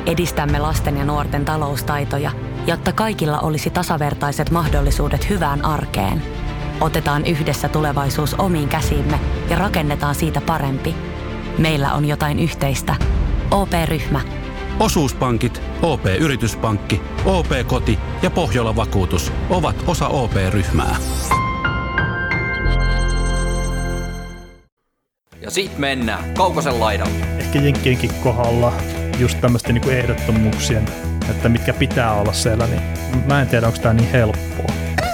Edistämme lasten ja nuorten taloustaitoja, jotta kaikilla olisi tasavertaiset mahdollisuudet hyvään arkeen. Otetaan yhdessä tulevaisuus omiin käsiimme ja rakennetaan siitä parempi. Meillä on jotain yhteistä. OP-ryhmä. Osuuspankit, OP-yrityspankki, OP-koti ja Pohjola-vakuutus ovat osa OP-ryhmää. Ja sit mennään Kaukosen laidalle. Ehkä Jenkkienkin kohdalla just tämmöisten niinku ehdottomuuksien, että mitkä pitää olla siellä, niin mä en tiedä, onko tää niin helppoa.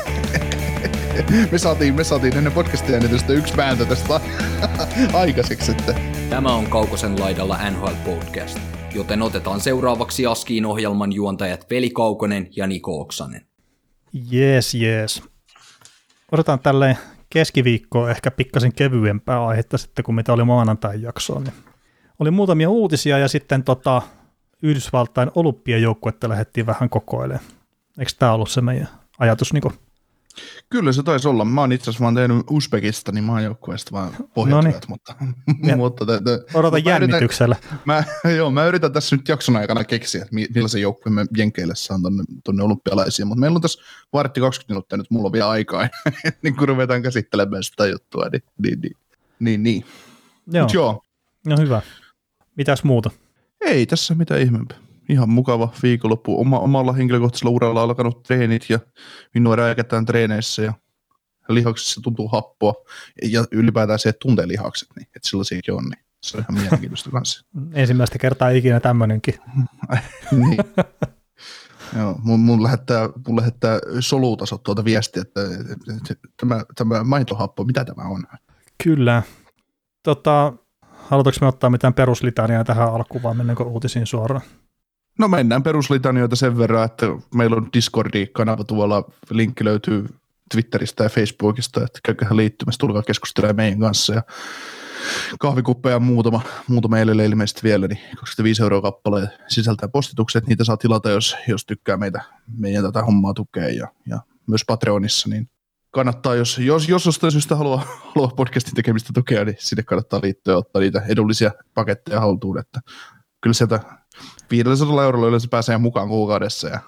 Me saatiin ennen podcastia äänitystä yksi vääntö tästä aikaiseksi. Että. Tämä on Kaukosen laidalla NHL Podcast, joten otetaan seuraavaksi Askiin ohjelman juontajat Veli Kaukonen ja Niko Oksanen. Jees. Odotan tälleen keskiviikkoon ehkä pikkasen kevyempää aihetta sitten kuin mitä oli maanantain jaksoon. Niin oli muutamia uutisia ja sitten Yhdysvaltain olympiajoukkuetta lähdettiin vähän kokoilemaan. Eikö tämä ollut se meidän ajatus, Niko? Kyllä se taisi olla. Mä oon itse asiassa vaan tehnyt Uzbekistanin maajoukkueesta vaan pohjatyöt, mutta odotan jännityksellä. Mä yritän tässä nyt jakson aikana keksiä, että millaisen joukkueen me Jenkeille saan tonne olympialaisiin, mutta meillä on tässä vartti 20 minuuttia nyt, mulla on vielä aikaa, niin kun ruvetaan käsittelemään sitä juttua, niin. Joo. No hyvä. Mitäs muuta? Ei tässä mitään ihmeempää. Ihan mukava viikonloppu. Omalla henkilökohtaisella uralla alkanut treenit ja minua rääkätään treeneissä ja lihaksissa tuntuu happoa ja ylipäätään se, että tuntee lihakset, niin että sellaisiakin on, niin se on ihan mielenkiintoista kanssa. Ensimmäistä kertaa ikinä tämmöinenkin. Niin. Joo, mun lähettää solutasot tuolta viestiä, että tämä maitohappo, mitä tämä on? Kyllä. Haluatko me ottaa mitään peruslitaniaa tähän alkuun, vai mennäänkö uutisiin suoraan? No mennään peruslitanioita sen verran, että meillä on Discordi-kanava tuolla, linkki löytyy Twitteristä ja Facebookista, että käykää liittymässä, tulkaa keskustelemaan meidän kanssa ja kahvikuppeja muutama elelle ilmeisesti vielä, niin 25 € kappale sisältää postitukset, niitä saa tilata, jos tykkää meidän tätä hommaa tukea ja myös Patreonissa, niin kannattaa, jos jostain syystä haluaa podcastin tekemistä tukea, niin sinne kannattaa liittyä ja ottaa niitä edullisia paketteja haltuun, että kyllä sieltä 500 € yleensä pääsee mukaan kuukaudessa ja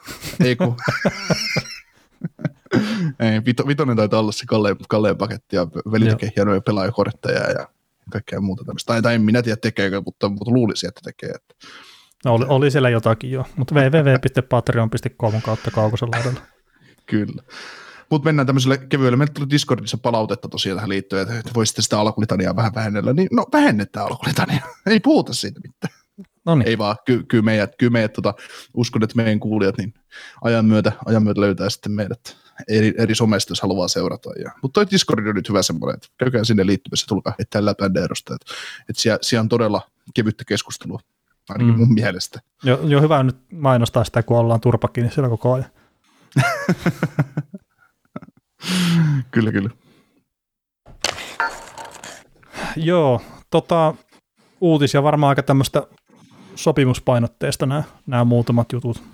ei, vitonen taitaa olla se kalleen paketti ja veli tekee hienoja pelaajakortteja ja kaikkea muuta tämmöistä. Tai en minä tiedä tekeekö, mutta luulisin, että tekee. Että. No, oli siellä jotakin jo, mutta www.patreon.com/Kaukosen laidalla. Kyllä. Mutta mennään tämmöiselle kevyelle. Meillä tuli Discordissa palautetta tosiaan tähän liittyen, että voisitte sitä alkulitaniaa vähän vähennellä. Niin no vähennetään alkulitaniaa. Ei puhuta siitä mitään. Noniin. Ei vaan, kyllä meidät uskon, että meidän kuulijat niin ajan myötä löytää sitten meidät eri somesta, jos haluaa seurata. Mutta toi Discord on nyt hyvä semmoinen, että käykää sinne liittymässä, tulkaa heittää läpändeerosta. Että siellä on todella kevyttä keskustelua, ainakin mun mielestä. Joo, hyvä nyt mainostaa sitä, kun ollaan turpakin siellä koko ajan. Kyllä. Joo, uutisia varmaan aika tämmöistä sopimuspainotteista nämä muutamat jutut.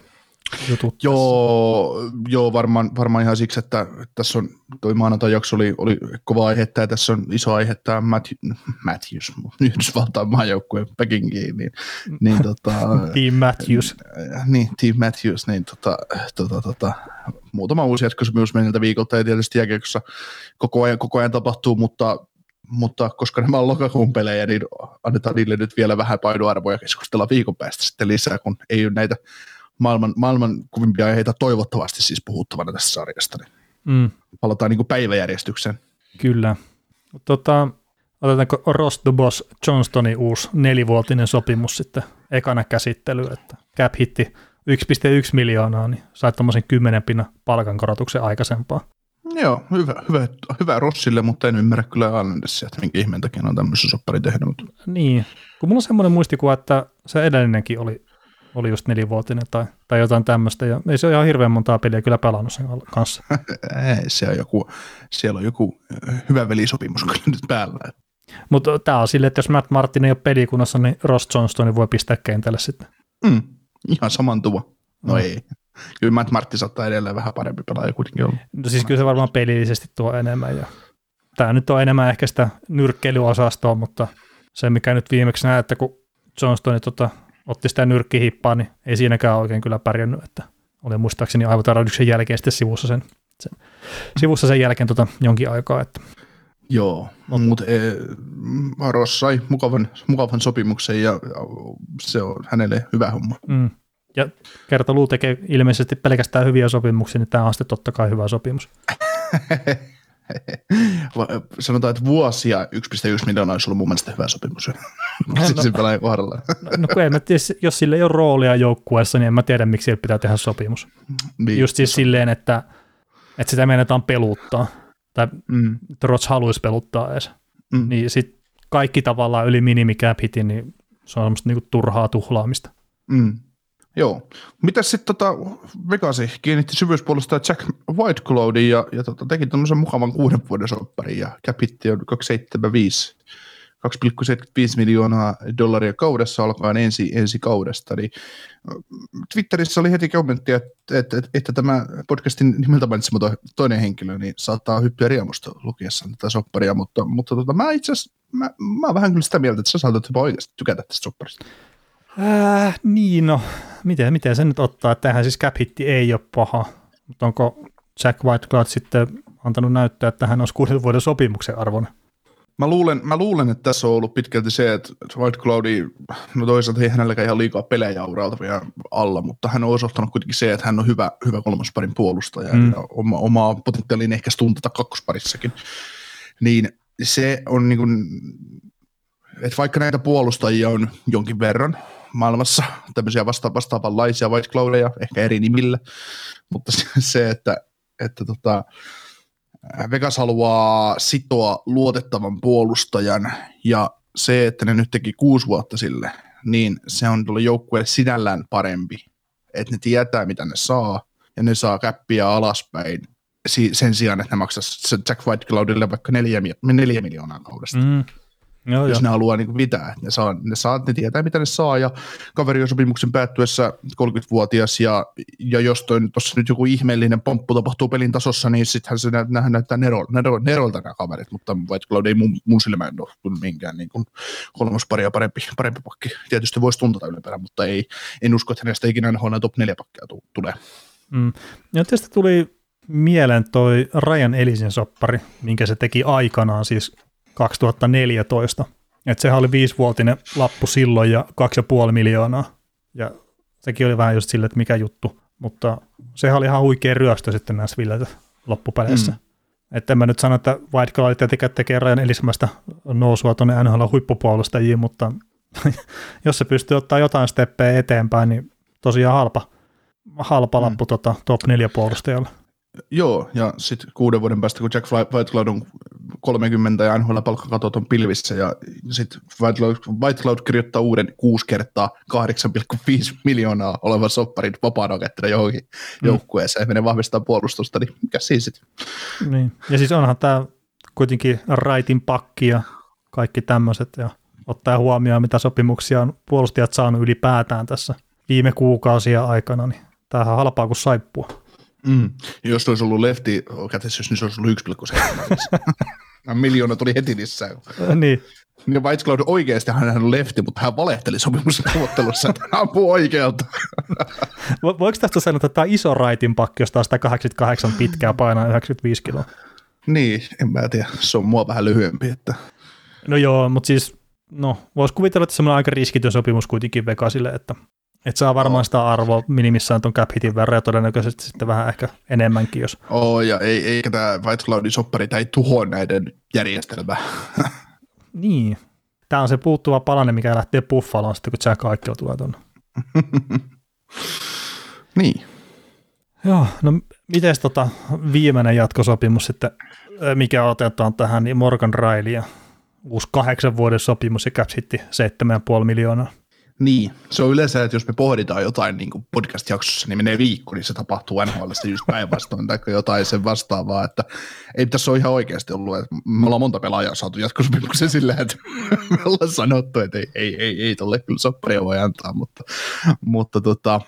Joo, varmaan ihan siksi, että tässä on, toi maanantai jakso oli kova aihe, ja tässä on iso aihe, tämä Matthews, Yhdysvaltain maajoukkueen Pekingiin, Team Matthews. Niin, Team Matthews, niin muutama uusi jatkosopimys meniltä viikolta, ja tietysti jääkiekossa koko ajan tapahtuu, mutta koska nämä on lokakuun pelejä, niin annetaan niille nyt vielä vähän painoarvoja keskustella viikon päästä sitten lisää, kun ei ole näitä maailman kuvimpia aiheita toivottavasti siis puhuttavana tässä sarjasta. Niin palataan niin kuin päiväjärjestykseen. Kyllä. Otetaanko Ross Dubois Johnstonin uusi 4-vuotinen sopimus sitten ekana käsittely, että cap hitti 1,1 miljoonaa, niin sait tommosen 10 pinnan palkankorotuksen aikaisempaa. Joo, hyvä Rossille, mutta en ymmärrä kyllä Islandersia, että minkä ihmeen takia on tämmöisen soppari tehnyt. Niin, kun mulla on semmoinen muistikuva, että se edellinenkin oli just 4-vuotinen tai jotain tämmöistä, ja ei se ole ihan hirveän montaa peliä kyllä pelannut sen kanssa. Siellä on joku hyvä velisopimus kyllä nyt päällä. Mutta tämä on silleen, että jos Matt Martin ei ole pelikunnassa, niin Ross Johnston voi pistää kentälle sitten. Ihan saman tuo. No ei. Kyllä Matt Martin saattaa edelleen vähän parempi pelaaja kuitenkin olla. No siis kyllä se varmaan pelillisesti tuo enemmän. Ja tämä nyt on enemmän ehkä sitä nyrkkeilyosastoa, mutta se mikä nyt viimeksi näette, kun Johnston otti sitä nyrkkihippaa, niin ei siinäkään oikein kyllä pärjännyt, että oli muistaakseni aivotärähdyksen jälkeen sitten sivussa sen jälkeen jonkin aikaa. Että. Joo, mutta Ross sai mukavan sopimuksen ja se on hänelle hyvä homma. Ja Kertoluu tekee ilmeisesti pelkästään hyviä sopimuksia, niin tämä on sitten totta kai hyvä sopimus. Sanotaan, että vuosia 1,1 miljoonaa olisi ollut mun mielestä hyvä sopimus. Sen pelaajan kohdalla. No kun en mä tiedä, jos sillä ei ole roolia joukkueessa, niin en mä tiedä, miksi sillä pitää tehdä sopimus. Niin. Just siis silleen, että sitä meinataan peluttaa. Tai Trots haluaisi peluttaa edes. Niin sitten kaikki tavallaan yli minimi cap hitin, niin se on semmoista niinku turhaa tuhlaamista. Joo. Mitäs sitten Vegasi kiinnitti syvyyspuolustaja Jack Whitecloudin ja teki tämmöisen mukavan 6 vuoden sopparin ja cap hitti on 2,75 miljoonaa dollaria kaudessa alkaen ensi kaudesta. Niin Twitterissä oli heti kommentti, että tämä podcastin nimeltä mainitsema toinen henkilö niin saattaa hyppiä riemusta lukiessaan tätä sopparia, mutta mä itse asiassa mä oon vähän kyllä sitä mieltä, että sä saatat jopa oikeasti tykätä tästä sopparista. Niin no, miten se nyt ottaa, että tämähän siis cap-hitti ei ole paha, mutta onko Jack Whitecloud sitten antanut näyttää, että hän olisi 6 vuoden sopimuksen arvoinen? Mä luulen, että tässä on ollut pitkälti se, että Whitecloudi, no toisaalta ei hänelläkään ihan liikaa pelejä uralta vielä alla, mutta hän on osoittanut kuitenkin se, että hän on hyvä kolmosparin puolustaja ja omaa potentiaalinen ehkä stuntata kakkosparissakin. Niin se on niin kuin, että vaikka näitä puolustajia on jonkin verran maailmassa, tämmöisiä vastaavanlaisia Whitecloudeja, ehkä eri nimillä, mutta se, että Vegas haluaa sitoa luotettavan puolustajan ja se, että ne nyt teki 6 vuotta sille, niin se on tuolle joukkueelle sinällään parempi, että ne tietää mitä ne saa ja ne saa käppiä alaspäin sen sijaan, että ne maksaisi Jack Whitecloudille vaikka 4 miljoonaa kaudesta. Jos ne haluaa niin pitää, ne tietää mitä ne saa ja kaveri on sopimuksen päättyessä 30-vuotias ja jos tuossa nyt joku ihmeellinen pomppu tapahtuu pelin tasossa, niin sittenhän se näyttää nerolta nämä kaverit, mutta Whitecloud ei mun silmään ole minkään niin kolmosparia parempi pakki. Tietysti voisi tuntata ylipäätään, mutta en usko, että hänestä ikinä NHL top 4 pakkia tulee. Ja tietysti tuli mieleen toi Ryan Ellisen soppari, minkä se teki aikanaan siis 2014. Että sehän oli 5-vuotinen lappu silloin ja 2,5 miljoonaa. Ja sekin oli vähän just silleen, että mikä juttu. Mutta sehän oli ihan huikea ryöstö sitten näissä Villeitä loppupeleissä. Että en mä nyt sano, että Whitecloud tekee Ryan Ellismästä nousua tuonne NHL huippupuolustajiin, mutta jos se pystyy ottaa jotain steppejä eteenpäin, niin tosiaan halpa lappu top 4 puolustajalle. Joo, ja sitten 6 vuoden päästä, kun Jack Whitecloud on 30 ja NHL-palkkakatot on pilvissä, ja sitten Whitecloud kirjoittaa uuden 6 kertaa 8,5 miljoonaa olevan sopparin vapaana rakettina johonkin joukkueeseen, ja menee vahvistaa puolustusta, niin mikä siinä sitten? Niin. Ja siis onhan tämä kuitenkin raitin pakki ja kaikki tämmöiset, ja ottaa huomioon, mitä sopimuksia on puolustajat saanut ylipäätään tässä viime kuukausia aikana, niin tämähän on halpaa kuin saippua. Jos olisi ollut lefti kätesys, niin se olisi ollut 1,7. Miljoona tuli heti lisää. Niin. Ja Whitecloud oikeasti hän on lefti, mutta hän valehteli sopimusneuvottelussa, että hän ampuu oikealta. Voiko tästä sanoa, että tämä on iso raitin pakki, jos taas 188 pitkää painaa 95 kiloa? Niin, en mä tiedä. Se on mua vähän lyhyempi. Että. No joo, mutta siis voisi kuvitella, että semmoinen aika riskitön sopimus kuitenkin Vegasille, että saa varmaan sitä arvoa minimissään tuon cap hitin verran ja todennäköisesti sitten vähän ehkä enemmänkin, jos. Ja eikä tämä Whitecloudin soppari, tämä ei tuhoa näiden järjestelmää. Niin. Tämä on se puuttuva palanen, mikä lähtee Buffaloon sitten, kun Jack Eichel tulee tuonne. Niin. Joo, no mites viimeinen jatkosopimus sitten, mikä otetaan tähän, niin Morgan Rielly ja uusi 8 vuoden sopimus ja cap hitti 7,5 miljoonaa. Niin, se on yleensä, että jos me pohditaan jotain niin kuin podcast-jaksossa, niin menee viikko, niin se tapahtuu NHL:ssä just päinvastoin tai jotain sen vastaavaa, että ei tässä ole ihan oikeasti ollut, että me ollaan monta pelaajaa saatu jatkosopimuksen silleen, että me ollaan sanottu, että ei tolle kyllä sopparia voi antaa, mutta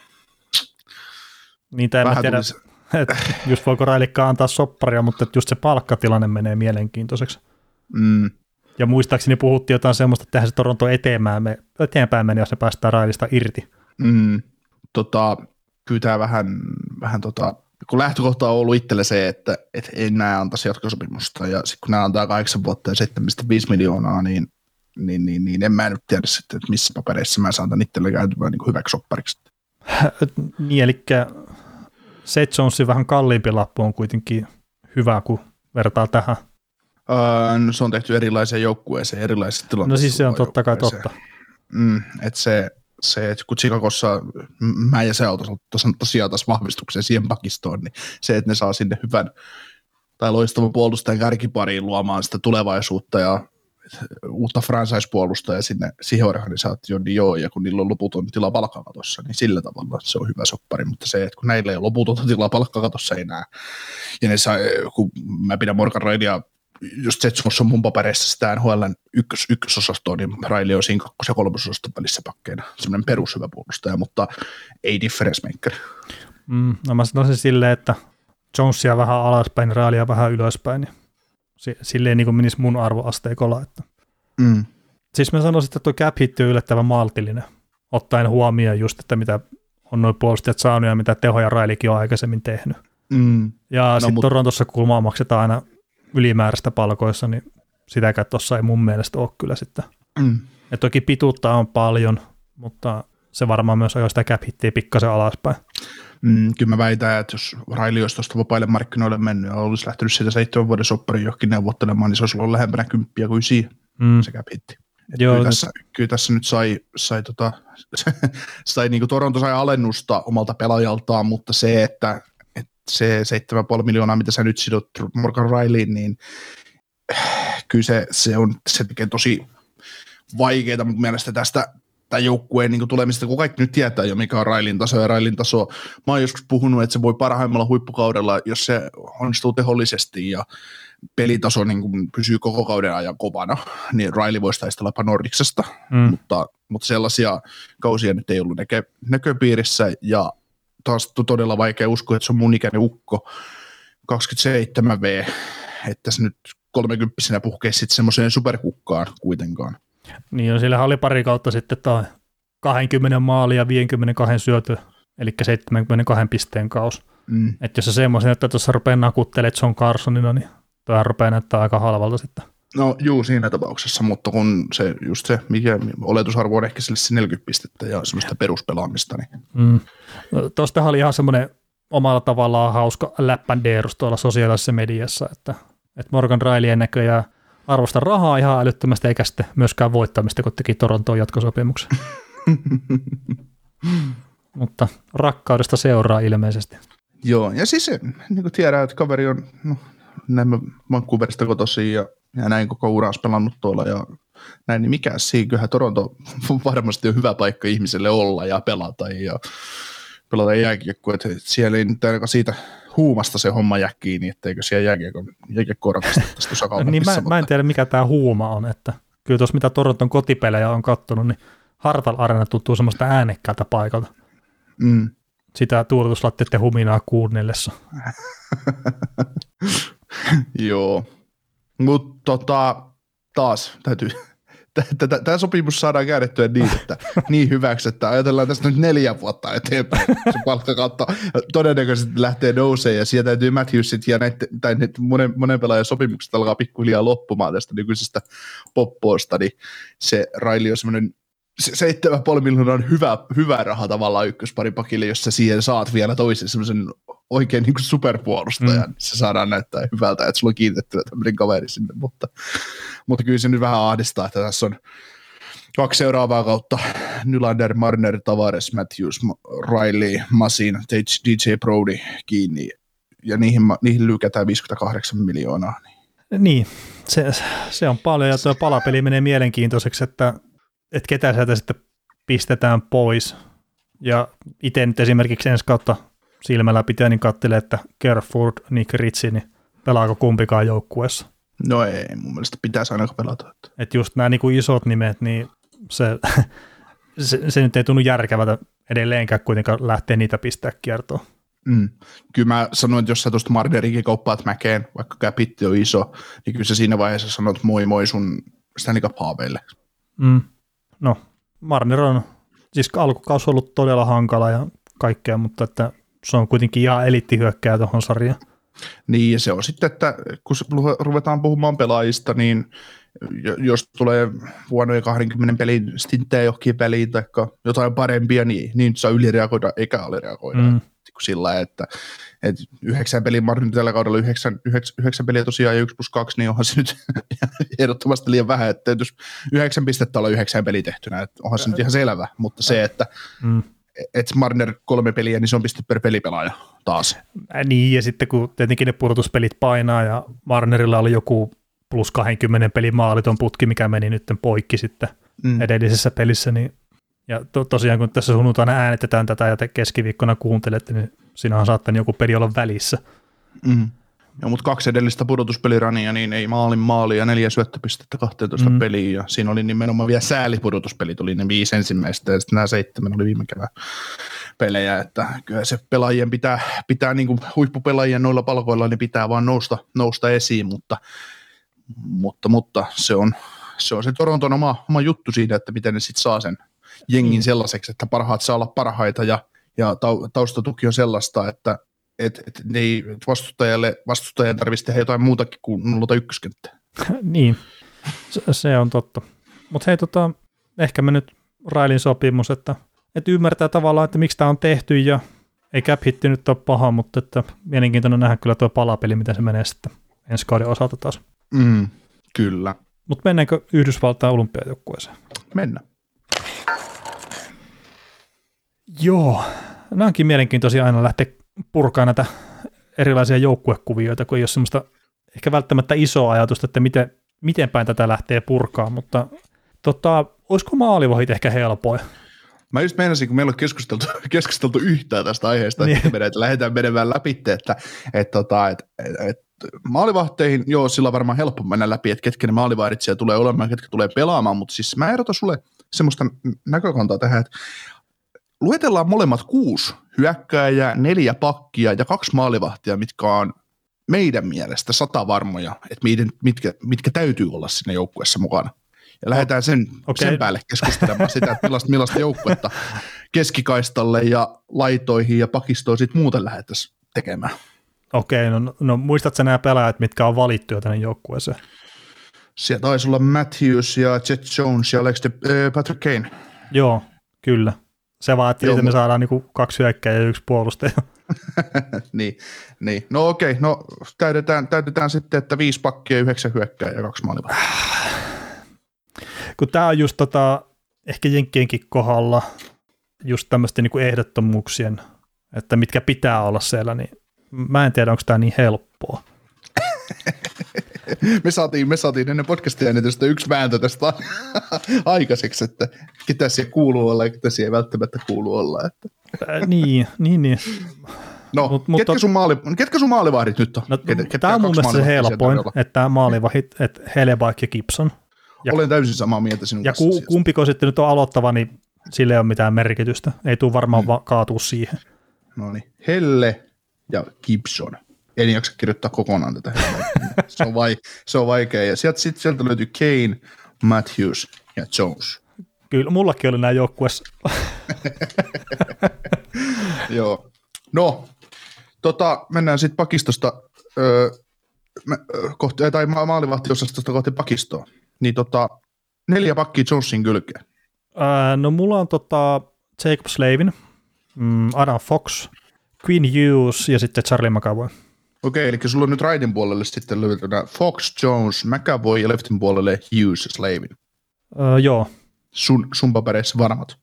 niitä en tiedä, että just voiko Raillikkaan antaa sopparia, mutta just se palkkatilanne menee mielenkiintoiseksi. Ja muistaakseni puhuttiin jotain semmoista, että tehdään se Toronto eteenpäin meni, jos ne päästään Railista irti. Kyllä tämä vähän kun lähtökohta on ollut itselle se, että en näe antaisi jatkosopimusta, ja sitten kun nämä antaa 8 vuotta ja 7,5 miljoonaa, niin en mä nyt tiedä sitten, että missä papereissa mä saan itselle käytymään niin hyväksi soppariksi. Niin, eli Seth Jonesin vähän kalliimpi lappu on kuitenkin hyvä, kun vertaa tähän. No, se on tehty erilaiseen joukkueeseen, erilaisissa tilanteissa. No siis se on totta kai totta. Että se, että kun Chicagossa mä ja se tosiaan taas vahvistuksen siihen pakistoon, niin se, että ne saa sinne hyvän tai loistavan puolustajan kärkipariin luomaan sitä tulevaisuutta ja uutta franchise-puolustajaa siihen organisaatioon, niin joo, ja kun niillä on loputon tila palkkakatossa, niin sillä tavalla se on hyvä soppari, mutta se, että kun näillä ei ole loputonta tilaa palkkakatossa enää, ja ne saa, kun mä pidän Morgan Railia, just Seth Jones on mun papereissa sitä NHL:n ykkösosastoa, niin Riley on siinä 2- ja 3-osaston välissä pakkeina, semmoinen perushyvä puolustaja, mutta ei difference maker. No mä sanoisin silleen, että Jonesia vähän alaspäin, niin Railia vähän ylöspäin, niin silleen niin kuin menisi mun arvoasteikolla. Että. Siis mä sanoisin, että tuo cap hit on yllättävän maltillinen, ottaen huomioon just, että mitä on noin puolustajat saanut ja mitä tehoja Railikin on aikaisemmin tehnyt. Ja sitten Torontossa kulmaa maksetaan aina ylimääräistä palkoissa, niin sitäkään tuossa ei mun mielestä ole kyllä sitten. Ja toki pituutta on paljon, mutta se varmaan myös ajoi sitä cap hittiä pikkasen alaspäin. Kyllä mä väitän, että jos Riley olisi tuosta vapaille markkinoille mennyt ja olisi lähtenyt siitä 7 vuoden soppariin johonkin neuvottelemaan, niin se olisi ollut lähempänä 10 kuin 9 se cap hitti. Kyllä tässä nyt sai niin kuin Toronto sai alennusta omalta pelaajaltaan, mutta se, että se 7,5 miljoonaa, mitä sä nyt sidot Morgan Rileyin, niin kyllä se tekee tosi vaikeaa mun mielestä tästä tämän joukkueen niin tulemisesta, kun kaikki nyt tietää jo, mikä on Rileyn taso ja Rileyn taso. Mä oon joskus puhunut, että se voi parhaimmalla huippukaudella, jos se onnistuu tehollisesti ja pelitaso niin kuin pysyy koko kauden ajan kovana, niin Riley voisi taistella jopa Nordicsesta, mutta sellaisia kausia nyt ei ollut näköpiirissä, ja taas todella vaikea uskoa, että se on mun ikäinen ukko, 27V, että se nyt 30-vuotiaana puhkeisi sitten semmoiseen superkukkaan kuitenkaan. Niin, siellä oli pari kautta sitten toi 20 maalia ja 52 syöty, eli 72 pisteen kaus. Että jos se semmoisen, että tuossa rupeaa nakuttelemaan John Carsonina, niin toihan rupeaa näyttää aika halvalta sitten. No juu, siinä tapauksessa, mutta kun se mikä oletusarvo on ehkä sille se 40 pistettä ja semmoista peruspelaamista. Niin. Tuostahan oli ihan semmoinen omalla tavallaan hauska läppändeerus tuolla sosiaalisessa mediassa, että Morgan Riley näköjään arvosta rahaa ihan älyttömästi, eikä sitten myöskään voittamista, kun teki Torontoon jatkosopimuksen. Mutta rakkaudesta seuraa ilmeisesti. Joo, ja siis niin kuin tiedän, että kaveri on näin Vancouverista kotoisin ja näin koko uraas pelannut tuolla ja näin, niin mikä siinä, kyllähän Toronto varmasti on hyvä paikka ihmiselle olla ja pelata jääkiekkoa, että siellä ei nyt ainakaan siitä huumasta se homma jää kiinni, etteikö siellä jääkiekkoa rakastettaisi tuossa kaupungissa. Niin mä en tiedä, mikä tämä huuma on, että kyllä tuossa mitä Toronton kotipelejä on kattonut, niin Hartwall Arena tuntuu semmoista äänekkäältä paikalta. Sitä tuuletuslatteiden huminaa kuunnellessa. Joo, mutta taas täytyy, tämä sopimus saadaan käännettyä niin hyväksi, että ajatellaan tästä nyt 4 vuotta eteenpäin. Se palkkakautta todennäköisesti lähtee nousemaan ja siellä täytyy Matthewsit ja monen pelaajan sopimukset alkaa pikkuhiljaa loppumaan tästä nykyisestä poppoosta, niin se Riley on semmoinen 7,5 miljoonaa on hyvä raha tavallaan ykkösparipakille, jos sä siihen saat vielä toisen semmoisen oikein niin kuin superpuolustajan. Se saadaan näyttää hyvältä, että sulla on kiinnitettyä tämmöinen kaveri sinne, mutta kyllä se nyt vähän ahdistaa, että tässä on 2 seuraavaa kautta Nylander, Marner, Tavares, Matthews, Riley, Masin, DJ Brody kiinni ja niihin lykätään 58 miljoonaa. Niin, se on paljon ja tuo palapeli menee mielenkiintoiseksi, että ketä sieltä sitten pistetään pois. Ja itse nyt esimerkiksi ensi kautta silmällä pitää, niin katselee, että Kerfoord, Nick Ritchie, niin pelaako kumpikaan joukkueessa. No ei, mun mielestä pitäisi ainakaan pelata. Että just nämä niin kuin isot nimet, niin se nyt ei tunnu järkevältä edelleenkään kuitenkaan lähteä niitä pistää kiertoon. Kyllä mä sanoin, että jos sä tuosta Marnerikin kauppaat Mäkeen, vaikka käpitti on iso, niin kyllä sä siinä vaiheessa sanot moi sun Stanley Cup-haaveille. No, Marner on, siis alkukausi on ollut todella hankala ja kaikkea, mutta että se on kuitenkin ihan eliittihyökkääjä tuohon sarjaan. Niin, ja se on sitten, että kun ruvetaan puhumaan pelaajista, niin jos tulee huonoja 20 pelin stinttejä johonkin väliin tai jotain parempia, niin saa ylireagoida eikä alireagoida. Sillä että 9 pelin Martin tällä kaudella 9 peliä tosiaan ja 1+2, niin onhan se nyt ehdottomasti liian vähän, että jos 9 pistettä olla 9 peliä tehtynä, että onhan se nyt ihan selvä, mutta se, että Marner 3 peliä, niin se on piste per pelipelaaja taas. Niin, ja sitten kun tietenkin ne pudotuspelit painaa ja Marnerilla oli joku plus 20 pelin maaliton putki, mikä meni nyt poikki sitten edellisessä pelissä, niin ja tosiaan kun tässä sunnuntaina äänetetään tätä ja te keskiviikkona kuuntelette, niin siinä on saattanut joku peli olla välissä. Mutta 2 edellistä pudotuspelirania, niin ei maali ja 4 syöttöpistettä 12 peliin, ja siinä oli nimenomaan vielä säälipudotuspelit, oli ne 5 ensimmäistä, ja sitten nämä 7 oli viime kevään pelejä, että kyllä se pelaajien pitää niin kuin huippupelaajien noilla palkoilla, niin pitää vaan nousta esiin, mutta se on se Toronton oma juttu siinä, että miten ne sitten saa sen jengin sellaiseksi, että parhaat saa olla parhaita, ja taustatuki on sellaista, että vastustajan tarvitsisi tehdä jotain muutakin kuin 0-1 kenttää. Niin, se on totta. Mutta hei, ehkä me nyt Railin sopimus, että ymmärtää tavallaan, että miksi tämä on tehty, ja ei cap-hitti nyt ole paha, mutta että mielenkiintoinen nähdä kyllä tuo palapeli, miten se menee sitten ensi kauden osalta taas. Kyllä. Mutta mennäänkö Yhdysvaltain olympiajoukkueeseen? Mennään. Joo, nämä onkin mielenkiintoisia aina lähteä purkaa näitä erilaisia joukkuekuvioita, kun ei ole semmoista ehkä välttämättä isoa ajatusta, että miten päin tätä lähtee purkaa, mutta olisiko maalivahit ehkä helpoin? Mä just meinasin, kun meillä on keskusteltu yhtään tästä aiheesta, niin. Että lähdetään menemään läpi, että maalivahteihin, joo, sillä on varmaan helppo mennä läpi, että ketkä ne maalivahdit siellä tulee olemaan, ketkä tulee pelaamaan, mutta siis mä ehdotan sulle semmoista näkökantaa tähän, että luetellaan molemmat 6 hyökkääjää, 4 pakkia ja 2 maalivahtia, mitkä on meidän mielestä 100 varmoja, että mitkä täytyy olla siinä joukkueessa mukana. Ja lähdetään sen päälle keskustelemaan sitä, että millaista joukkuetta keskikaistalle ja laitoihin ja pakistoon sitten muuten lähdettäisiin tekemään. Okei, no muistatko nämä pelaajat, mitkä on valittu jo tänne joukkueeseen? Siellä taisi olla Matthews ja Chet Jones ja Patrick Kane. Joo, kyllä. Se vaan, että me saadaan niinku 2 hyökkääjää ja 1 puolustaja. niin. No okei, no täytetään sitten, että 5 pakkia, 9 hyökkääjää ja 2 maalivahtia. Kun tämä on just ehkä Jenkkienkin kohdalla just tämmöisten niinku ehdottomuuksien, että mitkä pitää olla siellä, niin mä en tiedä, onko tämä niin helppoa. Me saatiin ennen podcastia äänitystä 1 vääntö tästä aikaiseksi, että ketä siellä kuuluu olla ja ketä siellä ei välttämättä kuulu olla. Että. Niin. No, ketkä sun maalivahdit nyt on? No, tämä on mun mielestä se helpoin, että maalivahdit, että Hellebuyck ja Gibson. Olen täysin samaa mieltä sinun kanssa. Ja kumpiko sitten nyt on aloittava, niin sille ei ole mitään merkitystä. Ei tule varmaan kaatua siihen. No niin, Helle ja Gibson. En jaksa kirjoittaa kokonaan tätä. Se on vaikea. Ja sieltä löytyy Kane, Matthews ja Jones. Kyllä, mullakin oli nämä joukkueessa. Joo. No, mennään sitten pakistosta tai maalivahtiosastosta kohti pakistoa. Niin 4 pakkia Jonesin kylkeen. No mulla on Jacob Slavin, Adam Fox, Quinn Hughes ja sitten Charlie McAvoy. Okei, eli sulla on nyt rightin puolelle sitten löytynä Fox, Jones, McAvoy ja leftin puolelle Hughes ja Slavin. Joo. Sun papereissa varmat.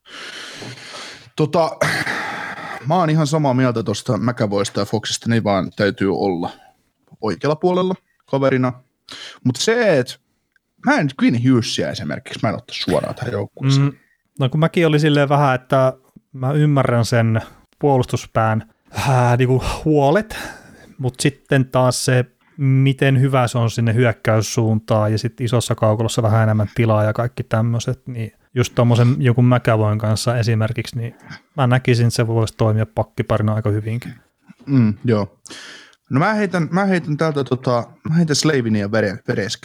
Mä oon ihan samaa mieltä tuosta McAvoysta ja Foxista, niin vaan täytyy olla oikealla puolella kaverina. Mutta se, että mä en Quinn Hughesia esimerkiksi, mä en ottaisi suoraan tähän joukkueeseen. No kun mäkin oli silleen vähän, että mä ymmärrän sen puolustuspään niinku huolet, mutta sitten taas se, miten hyvä se on sinne hyökkäyssuuntaan ja sitten isossa kaukolossa vähän enemmän tilaa ja kaikki tämmöiset, niin just tuommoisen joku McAvoyn kanssa esimerkiksi, niin mä näkisin, että se voisi toimia pakkiparina aika hyvinkin. Joo. No mä heitän täältä, mä heitän Slavinin ja Vereskin.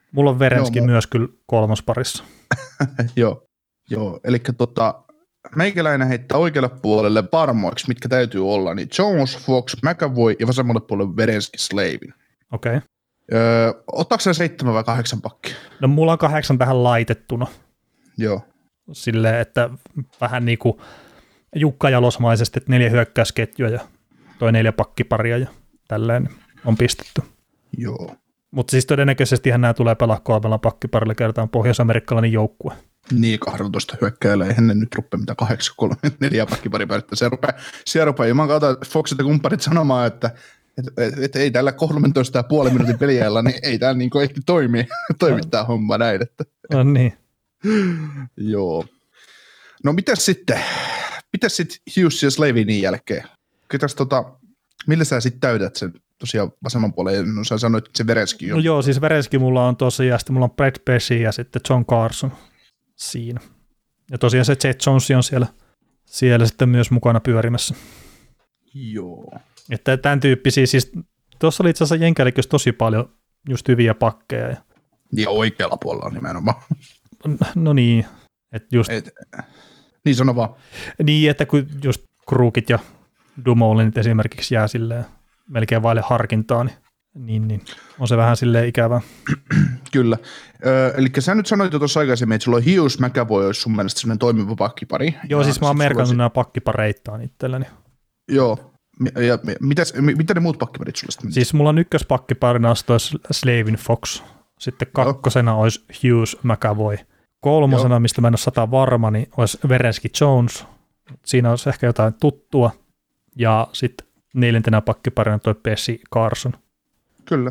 Mulla on Verenski myös kyllä kolmosparissa. Joo, eli meikäläinen heittää oikealle puolelle varmoiksi, mitkä täytyy olla, niin Jones, Fox, McAvoy ja vasemmalle puolelle Verenski, Slavin. Okei. Ottaako se 7 vai 8 pakki? No mulla on 8 tähän laitettuna. Joo. Silleen, että vähän niin kuin Jukka Jalosmaisesti, että 4 hyökkäysketjua ja toi 4 pakkiparia ja tälleen on pistetty. Joo. Mutta siis todennäköisestihän nämä tulee pelaa 3 pakkiparilla kertaan pohjois-amerikkalainen joukkue. Niin, 12 hyökkäillä, eihän ne nyt rupea mitä 8-3-4 pakkipari päästä. Se rupeaa juman kautta Foxit ja kumpparit sanomaan, että ei tällä 13,5 minuutin peliajalla, niin ei täällä niin ehti toimi tämä homma näin. Että. No niin. Joo. No mitäs sitten Hughes ja Slavinin jälkeen? Millä sä sitten täytät sen tosiaan vasemman puolen? No sä sanoit, että se Verenski on. No joo, siis Verenski mulla on tosiaan, ja sitten mulla on Brett Pesci ja sitten John Carson siinä. Ja tosiaan se Jet Jones on siellä sitten myös mukana pyörimässä. Joo. Että tämän tyyppisiä, siis tuossa oli itse asiassa Jenkälikössä tosi paljon just hyviä pakkeja. Ja oikealla puolella nimenomaan. No niin, että just. Niin sano vaan. Niin, että kun just Krugit ja Dumoulinit esimerkiksi jää silleen melkein vaille harkintaa, niin on se vähän silleen ikävää. Kyllä. Eli sä nyt sanoit jo tuossa aikaisemmin, että sulla on Hughes, McAvoy olisi sun mielestä sellainen toimiva pakkipari. Joo, siis mä oon merkannut nämä pakkipareittaan itselläni. Joo. Ja mitä ne muut pakkiparit sulle sitten? Siis mulla on ykköspakkiparina olisi Slavin Fox, sitten kakkosena olisi Hughes, McAvoy. Kolmosena, mistä mä en ole 100 varma, niin olisi Verenski Jones. Siinä olisi ehkä jotain tuttua. Ja sitten 4. pakkiparina toi Pesci Carson. Kyllä.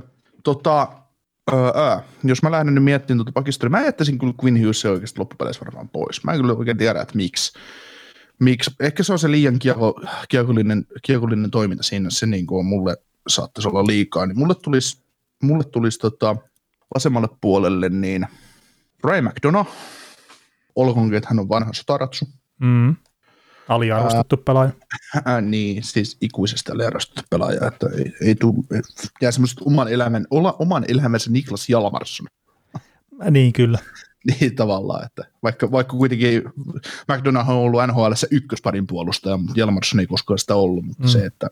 Jos mä lähden nyt miettimään tuota pakistoria, mä jättäisin kyllä Quinn Hughesin oikeasti loppupeleissä varmaan pois. Mä en kyllä oikein tiedä, että miksi. Ehkä se on se liian kiekollinen toiminta siinä, se niin kuin mulle saattaisi olla liikaa. Niin mulle tulisi vasemmalle puolelle niin Ryan McDonough, olkoonkin, että hän on vanha sotaratsu. Aliarvostettu pelaaja. Niin, siis ikuisesti aliarvostettu pelaaja, että ei tule, jää semmoista oman elämänsä Niklas Hjalmarsson. Niin, kyllä. Niin tavallaan, että vaikka kuitenkin McDonough on ollut NHL:ssä ykkösparin puolustaja, mutta Hjalmarsson ei koskaan sitä ollut, mutta se, että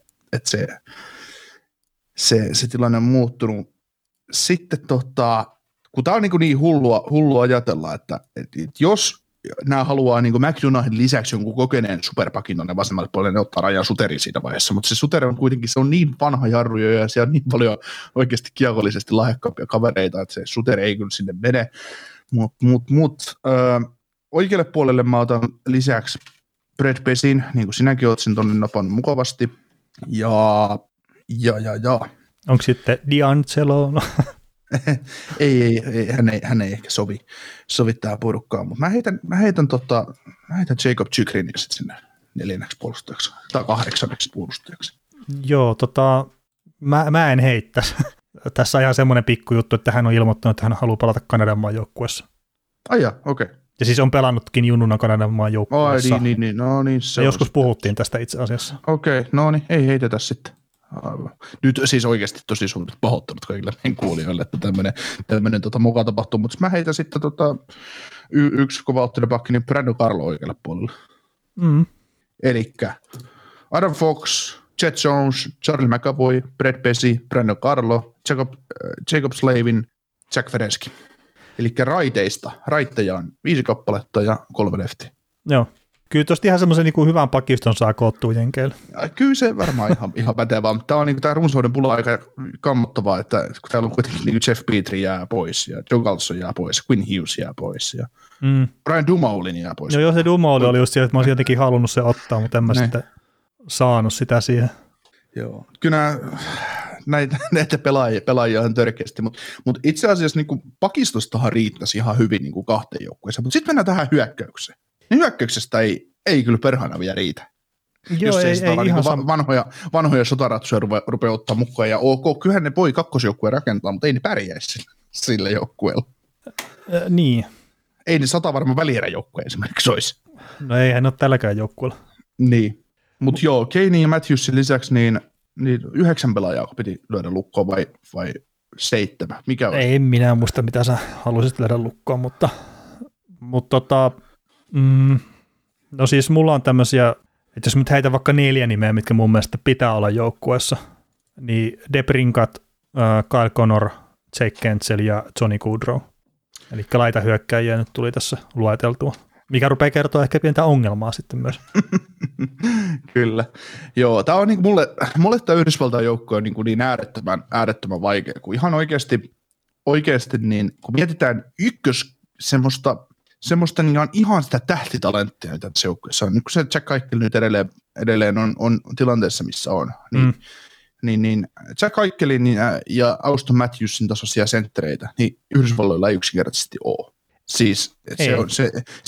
se tilanne on muuttunut. Sitten kun tämä on niin hullua ajatella, että jos nämä haluaa niin McDonaghin lisäksi jonkun kokeneen superpakin tuonne vasemmalle puolelle, ne ottaa Rajan Suterin siinä vaiheessa, mutta se Suter on kuitenkin, se on niin vanha jarru ja siellä on niin paljon oikeasti kiekollisesti lahjakkaampia kavereita, että se Suter ei kyllä sinne mene, mutta oikealle puolelle mä otan lisäksi Brett Pesin, niin kuin sinäkin oot sen tuonne napannut mukavasti, ja. Onko sitten D'Angelo? No. ei, hän ei ehkä sovi tähän porukkaan, mutta mä heitän Jacob Chykrinin sitten sinne 4. puolustajaksi tai 8. puolustajaksi. Joo, mä en heittäisi. Tässä on ihan semmoinen pikkujuttu, että hän on ilmoittanut, että hän haluaa palata Kanadan maan joukkueessa. Ai okei. Ja siis on pelannutkin junnuna Kanadan maan joukkueessa. Niin, no niin. Se joskus puhuttiin tästä itse asiassa. Okei, no niin, ei heitetä sitten. Nyt siis oikeasti tosi suuret pahoittelut kaikille meidän kuulijoille, että tämmöinen moka tapahtuu, mutta mä heitän sitten yksi kova ottelupakki, niin Brandon Carlo oikealle puolelle. Elikkä Adam Fox, Jet Jones, Charlie McAvoy, Brett Pesci, Brandon Carlo, Jacob Slavin, Jack Werenski. Elikkä raitteja on 5 kappaletta ja 3 leftiä. Joo. Kyllä tuosta ihan semmoisen niin hyvän pakiston saa koottua jenkeillä. Kyllä se varmaan ihan pätevää, mutta tämä on tämä runsauden pula aika kammottavaa, että kun täällä on kuitenkin niin Jeff Petrie jää pois, ja Joe Galson jää pois, Quinn Hughes jää pois, ja Brian Dumoulin jää pois. Joo, se Dumoulin oli just siellä, että mä olisin jotenkin halunnut se ottaa, mutta en mä sitten saanut sitä siihen. Joo, kyllä näitä pelaajia on törkeästi, mutta itse asiassa niin pakistostahan riittäisi ihan hyvin niin 2 joukkueeseen, mutta sitten mennään tähän hyökkäykseen. Niin hyökkäyksestä ei kyllä perhana vielä riitä. Joo, jos ei niin vanhoja sotaratsuja rupeaa ottaa mukaan. Ja kyllähän ne voi kakkosjoukkueen rakentaa, mutta ei ne pärjäisi sillä joukkueella. Niin. Ei ne 100 varmaan välieräjoukkue esimerkiksi olisi. No eihän ole tälläkään joukkueella. Niin. Mutta joo, Kane ja Matthewsin lisäksi niin 9 pelaajaa piti lyödä lukkoon vai 7. Mikä on? Ei minä muista, mitä sä haluaisit lähteä lukkoon, mutta no siis mulla on tämmöisiä, että jos nyt heitä vaikka 4 nimeä, mitkä mun mielestä pitää olla joukkueessa, niin DeBrincat, Kyle Connor, Jake Gensel ja Johnny Gaudreau. Eli laitahyökkäjiä nyt tuli tässä lueteltua, mikä rupeaa kertoa ehkä pientä ongelmaa sitten myös. Kyllä. Joo, tämä on niin mulle tämä Yhdysvaltain joukko on niin äärettömän vaikea, kun ihan oikeasti niin, kun mietitään semmoista niin ihan sitä tähtitalenttia tässä joukkueessa on, niin kun se Jack Eichel nyt edelleen on tilanteessa, missä on, niin Jack Eichelin ja Auston Matthewsin tasoisia senttereitä, niin Yhdysvalloilla ei yksinkertaisesti ole. Siis se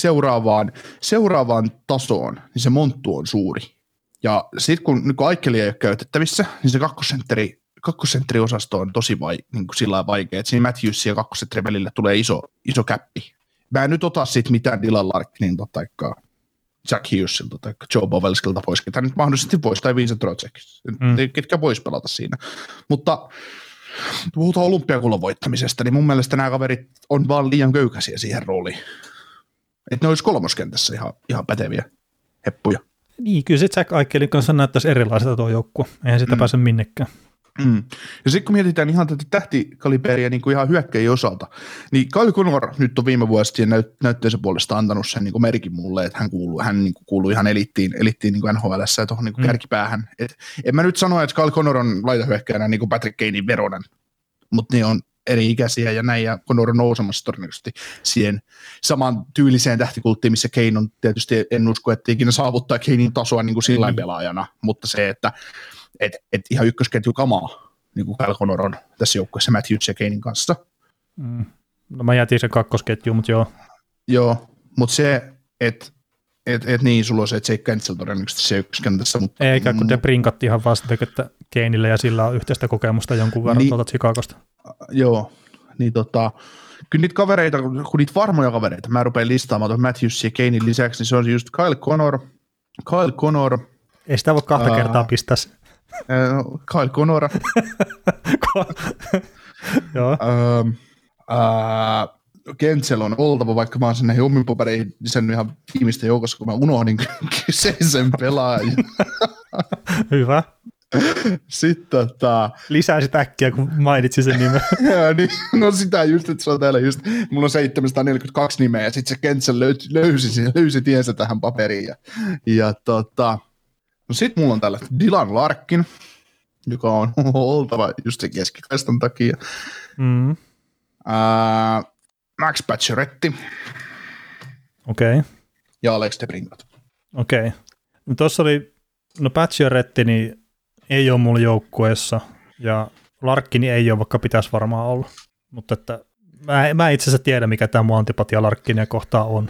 seuraavaan tasoon, niin se monttu on suuri. Ja sitten kun Eichel ei ole käytettävissä, niin se kakkosentteri-osasto on tosi niin sillä vaikea, että siinä Matthewsin ja kakkosentterin välillä tulee iso käppi. Mä en nyt ota siitä mitään Dylan Larkinilta tai Jack Hughesilta tai Joe Pavelskilta pois, ketä nyt mahdollisesti pois, tai Vincent Trocheckista, ketkä vois pelata siinä. Mutta puhutaan olympiakullon voittamisesta, niin mun mielestä nämä kaverit on vaan liian köykäisiä siihen rooliin. Että ne olisi kolmoskentässä ihan päteviä heppuja. Niin, kyllä se Jack Eichelin kanssa näyttäisi erilaiselta tuo joukkue. Eihän sitä pääse minnekään. Ja sitten kun mietitään ihan tätä tähtikaliberia niin kuin ihan hyökkäjien osalta, niin Kyle Connor nyt on viime vuosien näytteensä puolesta antanut sen niin kuin merkin mulle, että hän niin kuin kuuluu ihan elittiin niin kuin NHL:ssä ja tuohon niin kuin kärkipäähän. En mä nyt sano, että Kyle Connor on laitahyökkäjänä niin kuin Patrick Kanein veronen, mutta ne on eri ikäisiä ja näin, ja Connor on nousemassa todennäköisesti siihen samaan tyyliseen tähtikulttiin, missä Kane on tietysti, en usko, että ikinä saavuttaa Kanein tasoa niin kuin sillain pelaajana, mutta se, että ihan ykkösketju kamaa, niin kuin Kyle Connor on tässä joukkueessa Matthews ja Kanein kanssa. No mä jätin sen kakkosketjuun, mutta joo. Joo, mutta se, että niin, sulla on se Jake Gensel todennäköisesti se ykköskentässä. Eikä, kun DeBrincat ihan vastatekettä Kaneille ja sillä on yhteistä kokemusta jonkun verran niin, tuolta Chicagosta. Joo, niin kyllä niitä kavereita, kun niitä varmoja kavereita, mä rupean listaamaan tuon Matthews ja Kanein lisäksi, niin se on just Kyle Connor. Ei sitä voi kahta kertaa pistää. Kyle Connor. Joo. Gensel on oltava, vaikka mä oon sen näihin omin papereihin lisännyt ihan viimeistä joukossa, kun mä unohdin kyseisen pelaajan. Hyvä. Sitten lisäisit äkkiä, kun mainitsin sen nimen. Niin, no sitä just, että se on täällä just, mulla on 742 nimeä, ja sitten se Gensel löysi tiensä tähän paperiin. No sit mulla on täällä Dylan Larkin, joka on oltava just se keskikaistan takia. Max Pacioretty. Okei. Ja Alex DeBrincat. Okei. No tossa oli, Pacioretty niin ei ole mulla joukkueessa, ja Larkkini ei ole, vaikka pitäisi varmaan olla. Mutta että mä itse asiassa tiedän, mikä tämä mun antipatia Larkkinia kohtaan on.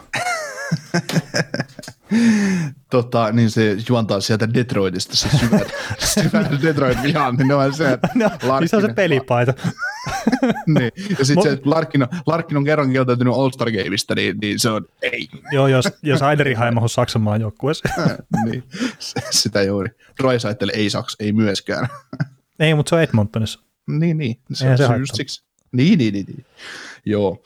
Niin se juontaa sieltä Detroitista, se syvät Detroit-vihaan, niin on se, että niin se on se pelipaita. Niin, ja sitten se, että Larkin on kerran kieltäytynyt All-Star-gameista, niin se on ei. Joo, jos Heiderich ei mahdu Saksanmaan joukkueeseen. Niin, sitä juuri. Draisaitl ei myöskään. Ei, mutta se on Edmontonissa. Niin, se on just siksi. Niin. Joo.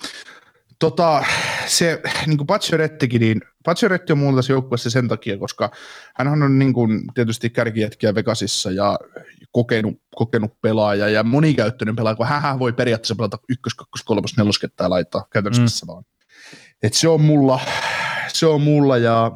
Se niin kuin Paciorettykin, niin Pacioretty on mulla tässä joukkueessa sen takia, koska hänhän on niin kuin tietysti kärkijätkiä Vegasissa ja kokenut pelaaja ja monikäyttöinen pelaaja, kun hän voi periaatteessa pelata 1, 2, 3, 4 kettä laittaa käytännössä missä vaan. Et se on mulla ja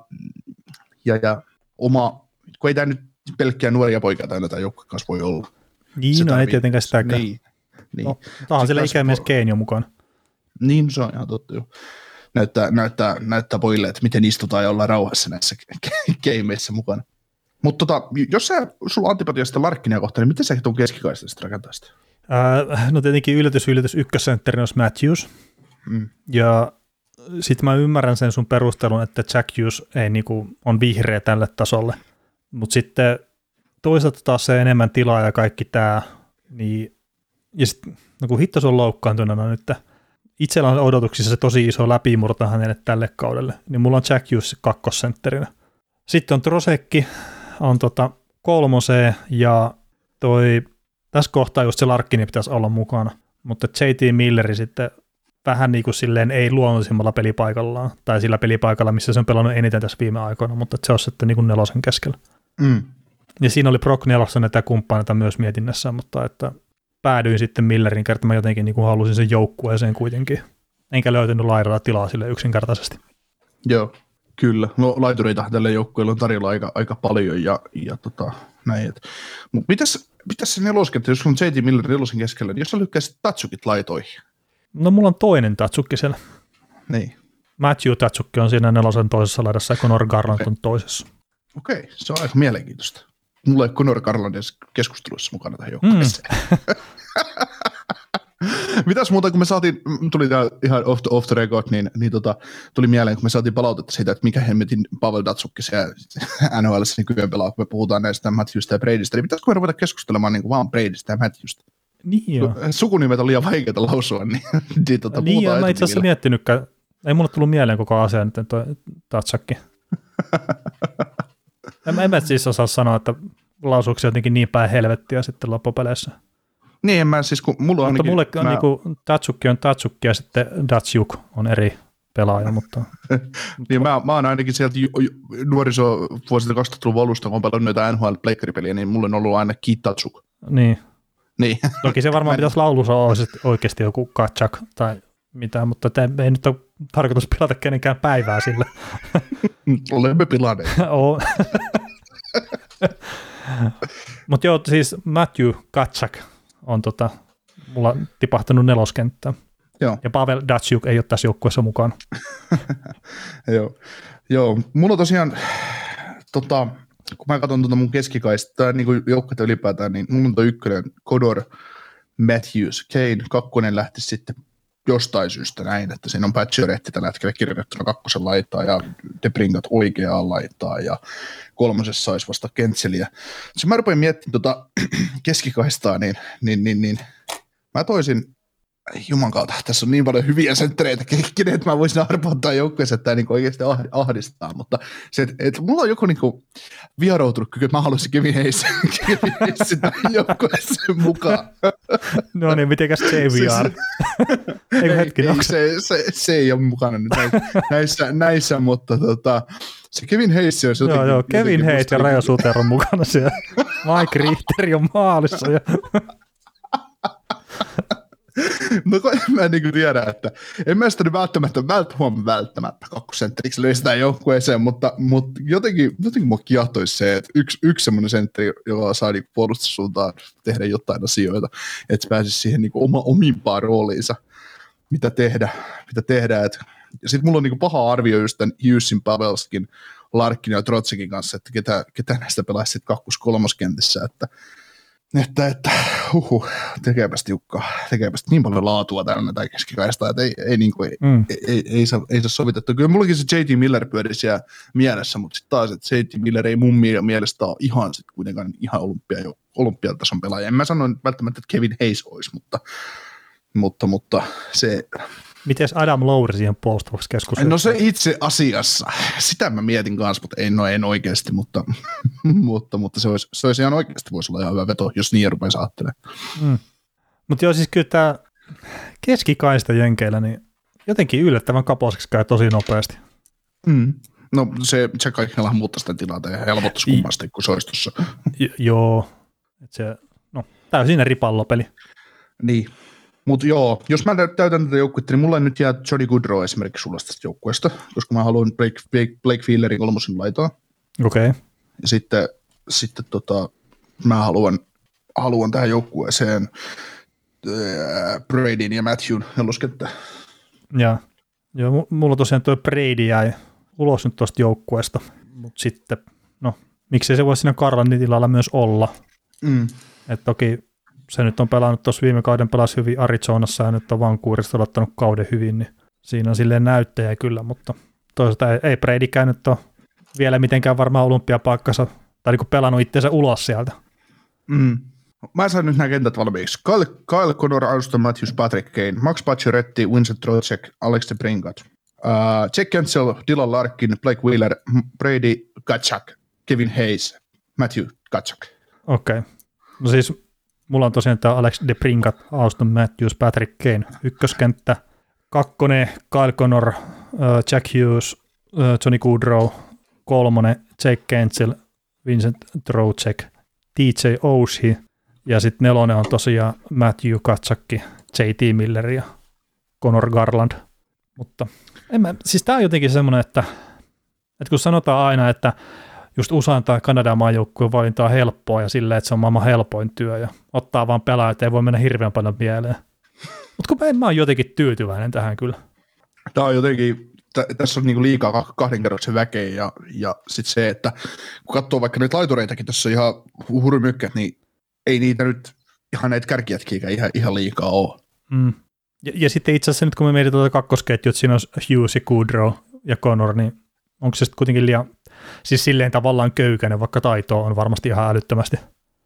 oma, kun ei tämä nyt pelkkää nuoria poikaa täynnä tämä joukkue kanssa voi olla. Niin, no ei tietenkään sitäkään. Niin. No, tämähän siellä ikämies Kane jo mukaan. Niin, se on ihan totta jo. Näyttää pojille, että miten istutaan ja ollaan rauhassa näissä gameissä mukana. Mutta jos sulla on antipatiasta Larkkinia kohtaan, niin miten sä tuon keskikaistasta rakentaa sitä? No tietenkin yllätys ykkössentteri olisi Matthews. Ja sitten mä ymmärrän sen sun perustelun, että Jack Hughes ei on vihreä tälle tasolle. Mutta sitten toisaalta taas se enemmän tilaa ja kaikki tämä. Niin, ja sitten kun hitto se on loukkaantuneena nyt, itsellä on odotuksissa se tosi iso läpimurto hänelle tälle kaudelle, niin mulla on Jack Hughes kakkosentterinä. Sitten on Trosekki, on 3 ja tässä kohtaa just se Larkkini pitäisi olla mukana. mutta JT Milleri sitten vähän niin kuin silleen ei luonnollisimmalla pelipaikallaan, tai sillä pelipaikalla, missä se on pelannut eniten tässä viime aikoina, mutta se on sitten niin kuin 4 keskellä. Ja siinä oli Brock 4 ja kumppaneita myös mietinnässä, mutta että päädyin sitten Millerin kertaan, mä jotenkin niin kuin halusin sen joukkueeseen kuitenkin. Enkä löytänyt laidalla tilaa sille yksinkertaisesti. Joo, kyllä. No laitureita tälle joukkueelle on tarjolla aika paljon ja näin. Mutta mitäs se neloskenttä, jos on JT Miller 4 keskellä, niin jos sä lykkäisit Tatsukit laitoihin? No mulla on toinen Tatsukki siellä. Niin. Matthew Tatsukki on siinä 4 toisessa laidassa ja Conor Garland on toisessa. Okei, se on aika mielenkiintoista. Mulla ei Conor Garland keskustelussa mukana tähän joukkueeseen. Mitäs muuta, kun me saatiin, tuli tää ihan off the record, niin tuli mieleen, kun me saatiin palautetta siitä, että mikä hemmetin Pavel Datsukki siellä NHL:ssä nykyään pelaa, kun me puhutaan näistä Matthewsta ja Bradystä, niin pitäisikö me ruveta keskustelemaan niin kuin vaan Bradystä ja Matthewsta? Niin joo. Sukunimet on liian vaikeita lausua, niin niin joo, mä itse asiassa miettinytkään, ei mulle tullut mieleen koko asia nyt toi Datsukki. En mä siis osaa sanoa, että lausuuko se jotenkin niin päin helvettiä sitten loppupeleissä. Niin, en mä siis, kun mulla on mutta mulle on niinku Tatsukki on Tatsukki ja sitten Datsuk on eri pelaaja, mutta... niin mä oon ainakin sieltä nuorisovuosilta 2000-luvun alusta, kun on pelannut noita NHL-pleikkaripeliä, niin mulla on ollut aina Keith Tatsuk. Niin. Niin. Toki se varmaan pitäisi laulussa olla oikeasti joku Katsak tai mitään, mutta ei nyt ole tarkoitus pilata kenenkään päivää sillä. Olemme pilanneet. Mutta joo, siis Matthew Katsak on mulla tipahtanut 4 kenttään. Joo. Ja Pavel Datsuk ei ole tässä joukkueessa mukana. Joo, mulla on tosiaan, kun mä katson mun keskikaista, niin kuin joukkueita ylipäätään, niin mulla on 1, Connor Matthews, Kane, 2 lähti sitten jostain syystä näin, että siinä on Pacioretty tällä hetkellä kirjoitettuna 2 laitaa ja DeBrincat oikeaan laitaa ja 3 olisi vasta Kentseliä. Sitten mä rupein miettimään keskikaistaa, niin mä toisin, juman kautta, tässä on niin paljon hyviä senttereitä, kenet mä voisin arpottaa joukkueessa, että tämä niin oikeasti ahdistaa, mutta se, että mulla on joku niin vieroutunut kyky, että mä haluaisin Kevin Hayes joukkueessa mukaan. No niin, mitenkäs JVR? Se ei ole mukana nyt näissä mutta se Kevin Hayes olisi jotenkin... Joo, Kevin Hayes ja Raja Suter on mukana siellä. Mike Richter on maalissa. No mä en niin tiedä, että en mä sitä välttämättä kakkosentteriksi löysetään joukkueeseen, mutta jotenkin mua kiehtoisi se, että yksi semmoinen sentteri, joka saa niin puolustussuuntaan tehdä jotain asioita, että pääsisi siihen niin omimpaan rooliinsa, mitä tehdä. Ja sitten mulla on niin paha arvio just tämän Hughesin, Pavelskin, Larkin ja Trotsekin kanssa, että ketä näistä pelaisi sitten 2-3 kentissä, että tekeepäs tiukkaa, niin paljon laatua täynnä tämä keskikaista, että ei saa sovitettua. Kyllä mullakin se JT Miller pyöri siellä mielessä, mutta sitten taas, että JT Miller ei mun mielestä ole ihan sit kuitenkaan ihan olympiatason pelaaja. En mä sano välttämättä, että Kevin Hayes olisi, mutta se... Miten Adam Lowry siihen puolustavaksi keskusteluun? No se itse asiassa, sitä mä mietin kanssa, mutta en oikeasti, mutta se olisi ihan oikeasti, voisi olla ihan hyvä veto, jos niin rupeaa ajattelemaan. Mutta joo, siis kyllä tämä keskikaista jenkeillä, niin jotenkin yllättävän kapoiseksi käy tosi nopeasti. No se kaikilla muuttaa sitä tilanteen ja helpottaisi kummasti, kun se olisi tuossa. Joo, täysin ripallopeli. Niin. Mutta joo, jos mä täytän tätä joukkuetta, niin mulla ei nyt jää Johnny Goodrow esimerkiksi sulla tästä joukkueesta, koska mä haluan Blake Wheelerin 3 laitaa. Okei. Okay. Ja sitten mä haluan tähän joukkueeseen Bradyn ja Matthewn neloskenttä. Joo, mulla tosiaan tuo Brady jäi ulos nyt tuosta joukkueesta, mutta sitten, miksei se voi siinä Garlandin tilalla myös olla. Että toki se nyt on pelannut tuossa viime kauden, pelasi hyvin Arizonassa ja nyt on Vancouverista odottanut kauden hyvin, niin siinä on silleen näyttäjä kyllä, mutta toisaalta ei Bradykään nyt ole vielä mitenkään varmaan olympiapaikkansa, tai niin kuin pelannut itseensä ulos sieltä. Mä sain nyt nämä kentät valmiiksi. Kyle Connor, Auston Matthews, Patrick Kane, Max Pacioretty, Vincent Trocheck, Alex DeBrincat, Jack Cancel, Dylan Larkin, Blake Wheeler, Brady Tkachuk, Kevin Hayes, Matthew Tkachuk. Okei. No siis Mulla on tosiaan tämä Alex DeBrincat, Auston Matthews, Patrick Kane, ykköskenttä. 2, Kyle Connor, Jack Hughes, Johnny Gaudreau. 3, Jake Gensel, Vincent Trocheck, TJ Oshie. Ja sitten 4 on tosiaan Matthew Tkachuk, JT Miller ja Connor Garland. Mutta siis tämä on jotenkin semmoinen, että kun sanotaan aina, että just USAn tai Kanadan maajoukkueen valinta on helppoa ja silleen, että se on maailman helpoin työ ja ottaa vaan pelaajat, ei voi mennä hirveän paljon mieleen. Mutta kun mä oon jotenkin tyytyväinen tähän kyllä. Tämä on jotenkin, tässä on niinku liikaa kahdenkerroksen väkeä ja sitten se, että kun katsoo vaikka näitä laitureitakin tässä ihan hurmykkät, niin ei niitä nyt ihan näitä kärkijätkiäkään ihan liikaa ole. Mm. Ja sitten itse asiassa nyt kun me mietitään tuota kakkosketjua, että siinä on Hughes, Gaudreau ja Connor, niin onko se sitten kuitenkin liian, siis silleen tavallaan köykäinen, vaikka taitoa on varmasti ihan älyttömästi.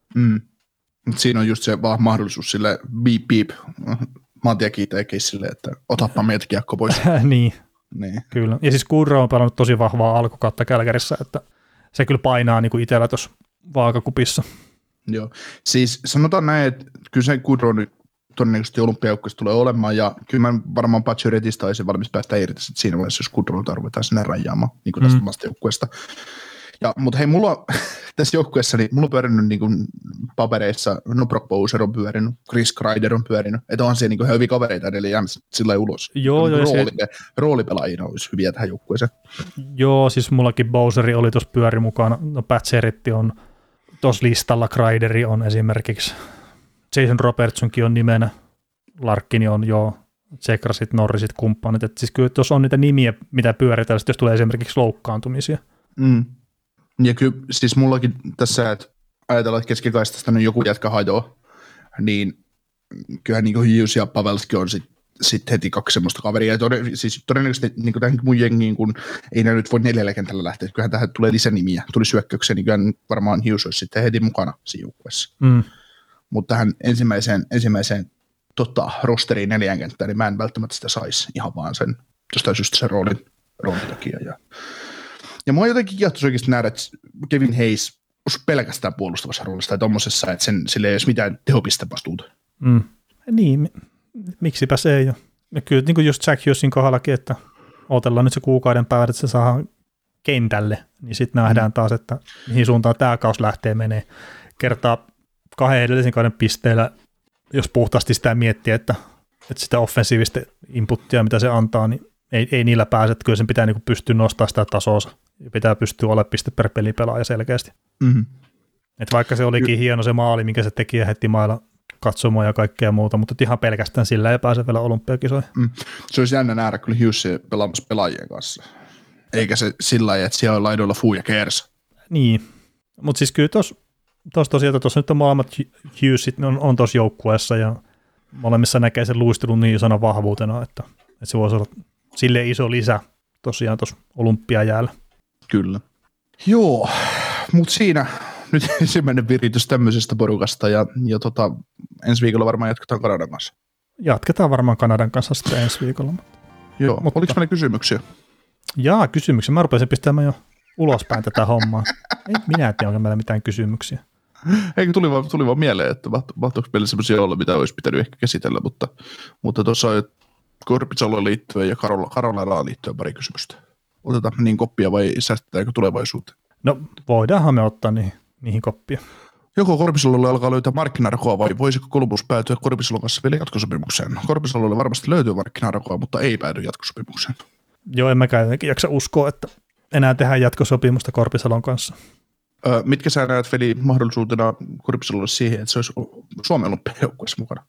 Siinä on just se vaan mahdollisuus sille beep maantiekiitäjäkin silleen, että otappa meitä kiekko pois. Niin, kyllä. Ja siis Gaudreau on pelannut tosi vahvaa alkukautta Kälkärissä, että se kyllä painaa niin kuin itsellä tuossa vaakakupissa. Joo, siis sanotaan näin, että kyllä se Gaudreau nyt todennäköisesti olympiajoukkueessa tulee olemaan, ja kyllä mä varmaan Pacioretista olisin valmis päästä irti siinä vaiheessa, jos Gaudreauta ruvetaan sinne rajaamaan niin kuin tästä omasta joukkueesta. Mutta hei, mulla tässä joukkueessa, niin mulla on pyörinyt niin kuin papereissa, Brock Bowser on pyörinyt, Chris Kreider on pyörinyt, että onhan siellä niin hyviä kavereita edelleen jäämässä sillä ulos. Joo, roolipelaajina olisi hyviä tähän joukkueeseen. Joo, siis mullakin Bowseri oli tuossa pyöri mukana, no Pacioretty on tuossa listalla, Kreideri on esimerkiksi, Jason Robertsonkin on nimenä, Larkkini on jo, Tsekrasit, Norrisit, kumppanit, että siis kyllä tuossa on niitä nimiä, mitä pyöritään, jos tulee esimerkiksi loukkaantumisia. Ja kyllä siis mullakin tässä, että ajatellaan, että keskikaistasta nyt joku jätkä hajoaa, niin kyllähän niin kuin Hughes ja Pavelski on sitten heti 2 semmoista kaveria. Ja siis todennäköisesti niin kuin tähän mun jengiin, kun ei ne nyt voi 4 kentällä lähteä, kyllähän tähän tulee lisänimiä, tuli syökkäykseen, niin kyllähän varmaan Hughes olisi sitten heti mukana siinä joukkueessa. Mutta tähän ensimmäiseen rosteriin 4 kenttään, niin mä en välttämättä sitä saisi ihan vaan sen, jostain syystä sen roolin takia. Ja mua jotenkin kiehtoisi oikeasti nähdä, että Kevin Hayes olisi pelkästään puolustavassa roolissa tai tommosessa, että sillä ei olisi mitään tehopistevastuuta. Niin, miksipä se ei ole. Ja kyllä niin kuin just Jack Hughesin kohdallakin, että odotellaan nyt se kuukauden päivät, että se saadaan kentälle, niin sitten nähdään taas, että mihin suuntaan tämä kaus lähtee menee. Kertaa 2 edellisen kauden pisteellä, jos puhtaasti sitä miettii, että sitä offensiivista inputtia, mitä se antaa, niin ei niillä pääse, että kyllä sen pitää niin pystyä nostamaan sitä tasoa ja pitää pystyä olemaan piste per pelipelaaja selkeästi. Et vaikka se olikin hieno se maali, minkä se teki ja heti mailla katsomaan ja kaikkea muuta, mutta ihan pelkästään sillä ei pääse vielä olympiakisoihin. Se olisi jännä nähdä kyllä Hughes pelaamassa pelaajien kanssa, eikä se sillä lailla, että siellä on laidoilla Fuu ja Kers. Niin, mutta siis kyllä tuossa nyt on molemmat Hughesit on tuossa joukkueessa ja molemmissa näkee sen luistelun niin isona vahvuutena, että se voisi olla silleen iso lisä tosiaan tuossa olympiajäällä. Kyllä. Joo, mutta siinä nyt ensimmäinen viritys tämmöisestä porukasta ja ensi viikolla varmaan jatketaan Kanadan kanssa. Jatketaan varmaan Kanadan kanssa sitten ensi viikolla. Joo, mutta oliko meillä kysymyksiä? Jaa, kysymyksiä. Mä rupesin pistämään jo ulospäin tätä hommaa. Ei minä tiedä, onko meillä mitään kysymyksiä. Eikö tuli vaan mieleen, että mahtoiko meillä sellaisia olla, mitä olisi pitänyt ehkä käsitellä, mutta tuossa on Korpisaloon liittyen ja Karolaan liittyen pari kysymystä. Otetaan niin koppia vai säästetäänkö tulevaisuuteen? No voidaanhan me ottaa niihin koppia. Joko Korpisalolle alkaa löytää markkinarakoa vai voisiko Columbus päätyä Korpisalon kanssa vielä jatkosopimukseen? Korpisalolle varmasti löytyy markkinarakoa, mutta ei päädy jatkosopimukseen. Joo, en mäkään jotenkin jaksa uskoa, että enää tehdään jatkosopimusta Korpisalon kanssa. Mitkä sä näet, Veli, mahdollisuutena Korpisalolle siihen, että se olisi Suomen olympiajoukkueessa mukana?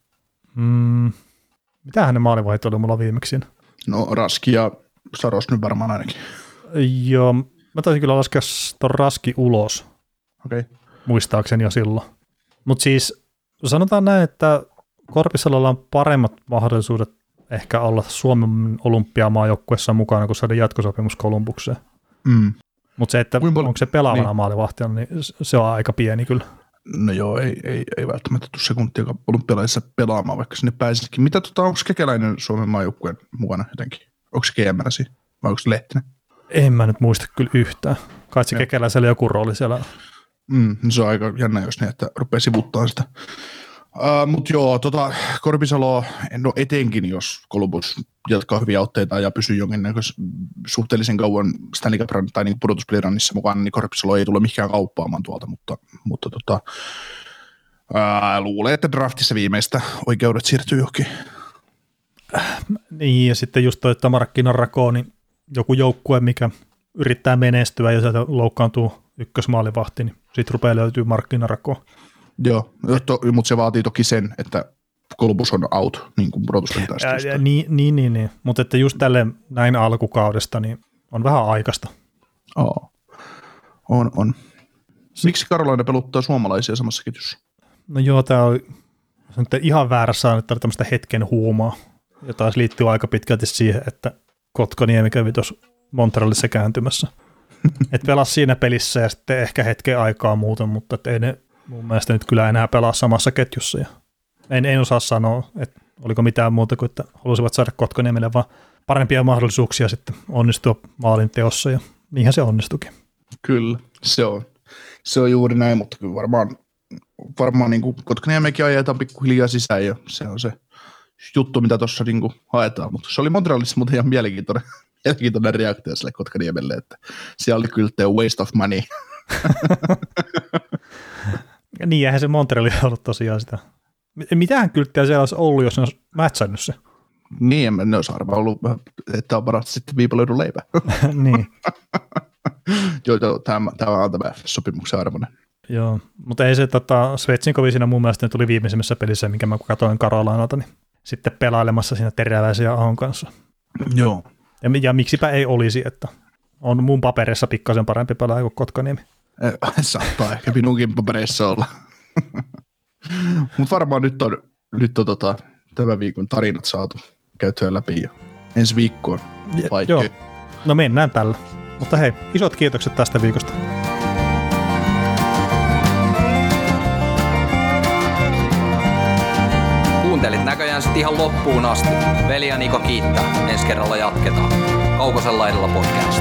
Mitähän ne maalivaiheet oli mulla viimeksi? No Raski ja Saros nyt varmaan ainakin. Joo, mä taisin kyllä laskea ton Raski ulos. Okei. Muistaakseni jo silloin. Mutta siis sanotaan näin, että Korpisalolla on paremmat mahdollisuudet ehkä olla Suomen olympiamaajoukkueessa mukana, kun saada jatkosopimus Kolumbukseen. Mutta se, että onko se pelaavana maalivahtina, niin se on aika pieni kyllä. No joo, ei välttämättä tule sekuntiakaan olympialaisissa pelaamaan, vaikka sinne pääsisikin. Mitä onko Kekäläinen Suomen maajoukkueen mukana jotenkin? Onko se GM-nä siinä vai onko se Lehtinen? En mä nyt muista kyllä yhtään. Kai se Kekäläisellä joku rooli siellä. Se on aika jännä, jos ne, että rupeaa sivuttaa sitä Mutta joo, Korpisalo, no etenkin jos Columbus jatkaa hyviä otteita ja pysyy jonkinnäköisen suhteellisen kauan Stanley Cup tai niin pudotuspelirannissa mukana, niin Korpisalo ei tule mihinkään kauppaamaan tuolta, mutta luulen, että draftissa viimeistä oikeudet siirtyy johonkin. Niin, ja sitten just toi, että markkinarako, niin joku joukkue, mikä yrittää menestyä ja sieltä loukkaantuu ykkösmaalivahti, niin sitten rupeaa löytyy markkinarakoa. Joo, mutta se vaatii toki sen, että Columbus on out, niin kuin pudotuspelitaistelusta. Niin. Mutta että just tälle näin alkukaudesta, niin on vähän aikaista. On. Miksi Carolina peluttaa suomalaisia samassa ketjussa? No joo, tämä on ihan väärässä, että on tämmöistä hetken huumaa, ja taas liittyy aika pitkälti siihen, että Kotkaniemi kävi tuossa Montrealissa kääntymässä. Että pelasi siinä pelissä ja sitten ehkä hetken aikaa muuten, mutta ei ne mun mielestä nyt kyllä enää pelaa samassa ketjussa. Ja en osaa sanoa, että oliko mitään muuta kuin, että halusivat saada Kotkaniemelle vaan parempia mahdollisuuksia sitten onnistua maalin teossa, ja niinhän se onnistuikin. Kyllä, se on juuri näin, mutta kyllä varmaan niin Kotkaniemekin ajetaan pikkuhiljaa sisään, ja se on se juttu, mitä tuossa niin haetaan, mutta se oli Montrealissa muuten ihan mielenkiintoinen reaktio sille Kotkaniemelle, että siellä oli kyllä waste of money. Niin, eihän se Montreali ollut tosiaan sitä. Mitähän kylttiä siellä olisi ollut, jos ne olisi mätsännyt se? Niin, ne olisi arvaa ollut, että on parasta sitten viipaloidun leipä. Niin. Joo, tämä on tämä sopimuksen arvoinen. Joo, mutta ei se Svetsinkovi siinä mun mielestä tuli viimeisimmässä pelissä, minkä mä katsoin Carolinalta, niin sitten pelailemassa siinä Teräväisen ja Ahon kanssa. Joo. Ja miksipä ei olisi, että on mun paperissa pikkasen parempi pelaaja kuin Kotkaniemi. Saattaa ehkä minunkin papereissa olla. Mutta varmaan nyt on tämän viikon tarinat saatu käytyä läpi jo ensi viikkoon. Joo, no mennään tällä. Mutta hei, isot kiitokset tästä viikosta. Kuuntelit näköjään sit ihan loppuun asti. Veli ja Niko kiittää. Ensi kerralla jatketaan. Kaukosen laidalla podcast.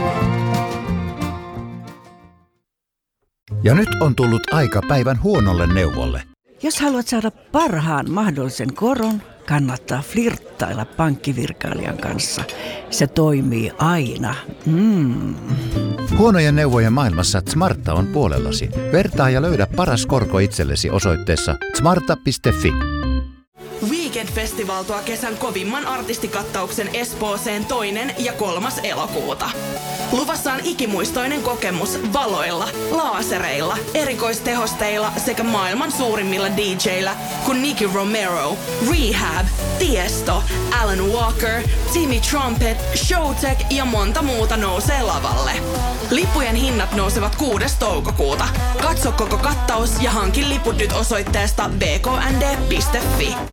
Ja nyt on tullut aika päivän huonolle neuvolle. Jos haluat saada parhaan mahdollisen koron, kannattaa flirttailla pankkivirkailijan kanssa. Se toimii aina. Huonojen neuvojen maailmassa Smarta on puolellasi. Vertaa ja löydä paras korko itsellesi osoitteessa smarta.fi. Weekend Festival tuo kesän kovimman artistikattauksen Espooseen 2. ja 3. elokuuta. Luvassa on ikimuistoinen kokemus valoilla, laasereilla, erikoistehosteilla sekä maailman suurimmilla DJillä kuin Nicky Romero, Rehab, Tiesto, Alan Walker, Timmy Trumpet, Showtek ja monta muuta nousee lavalle. Lippujen hinnat nousevat 6. toukokuuta. Katso koko kattaus ja hankin liput nyt osoitteesta bknd.fi.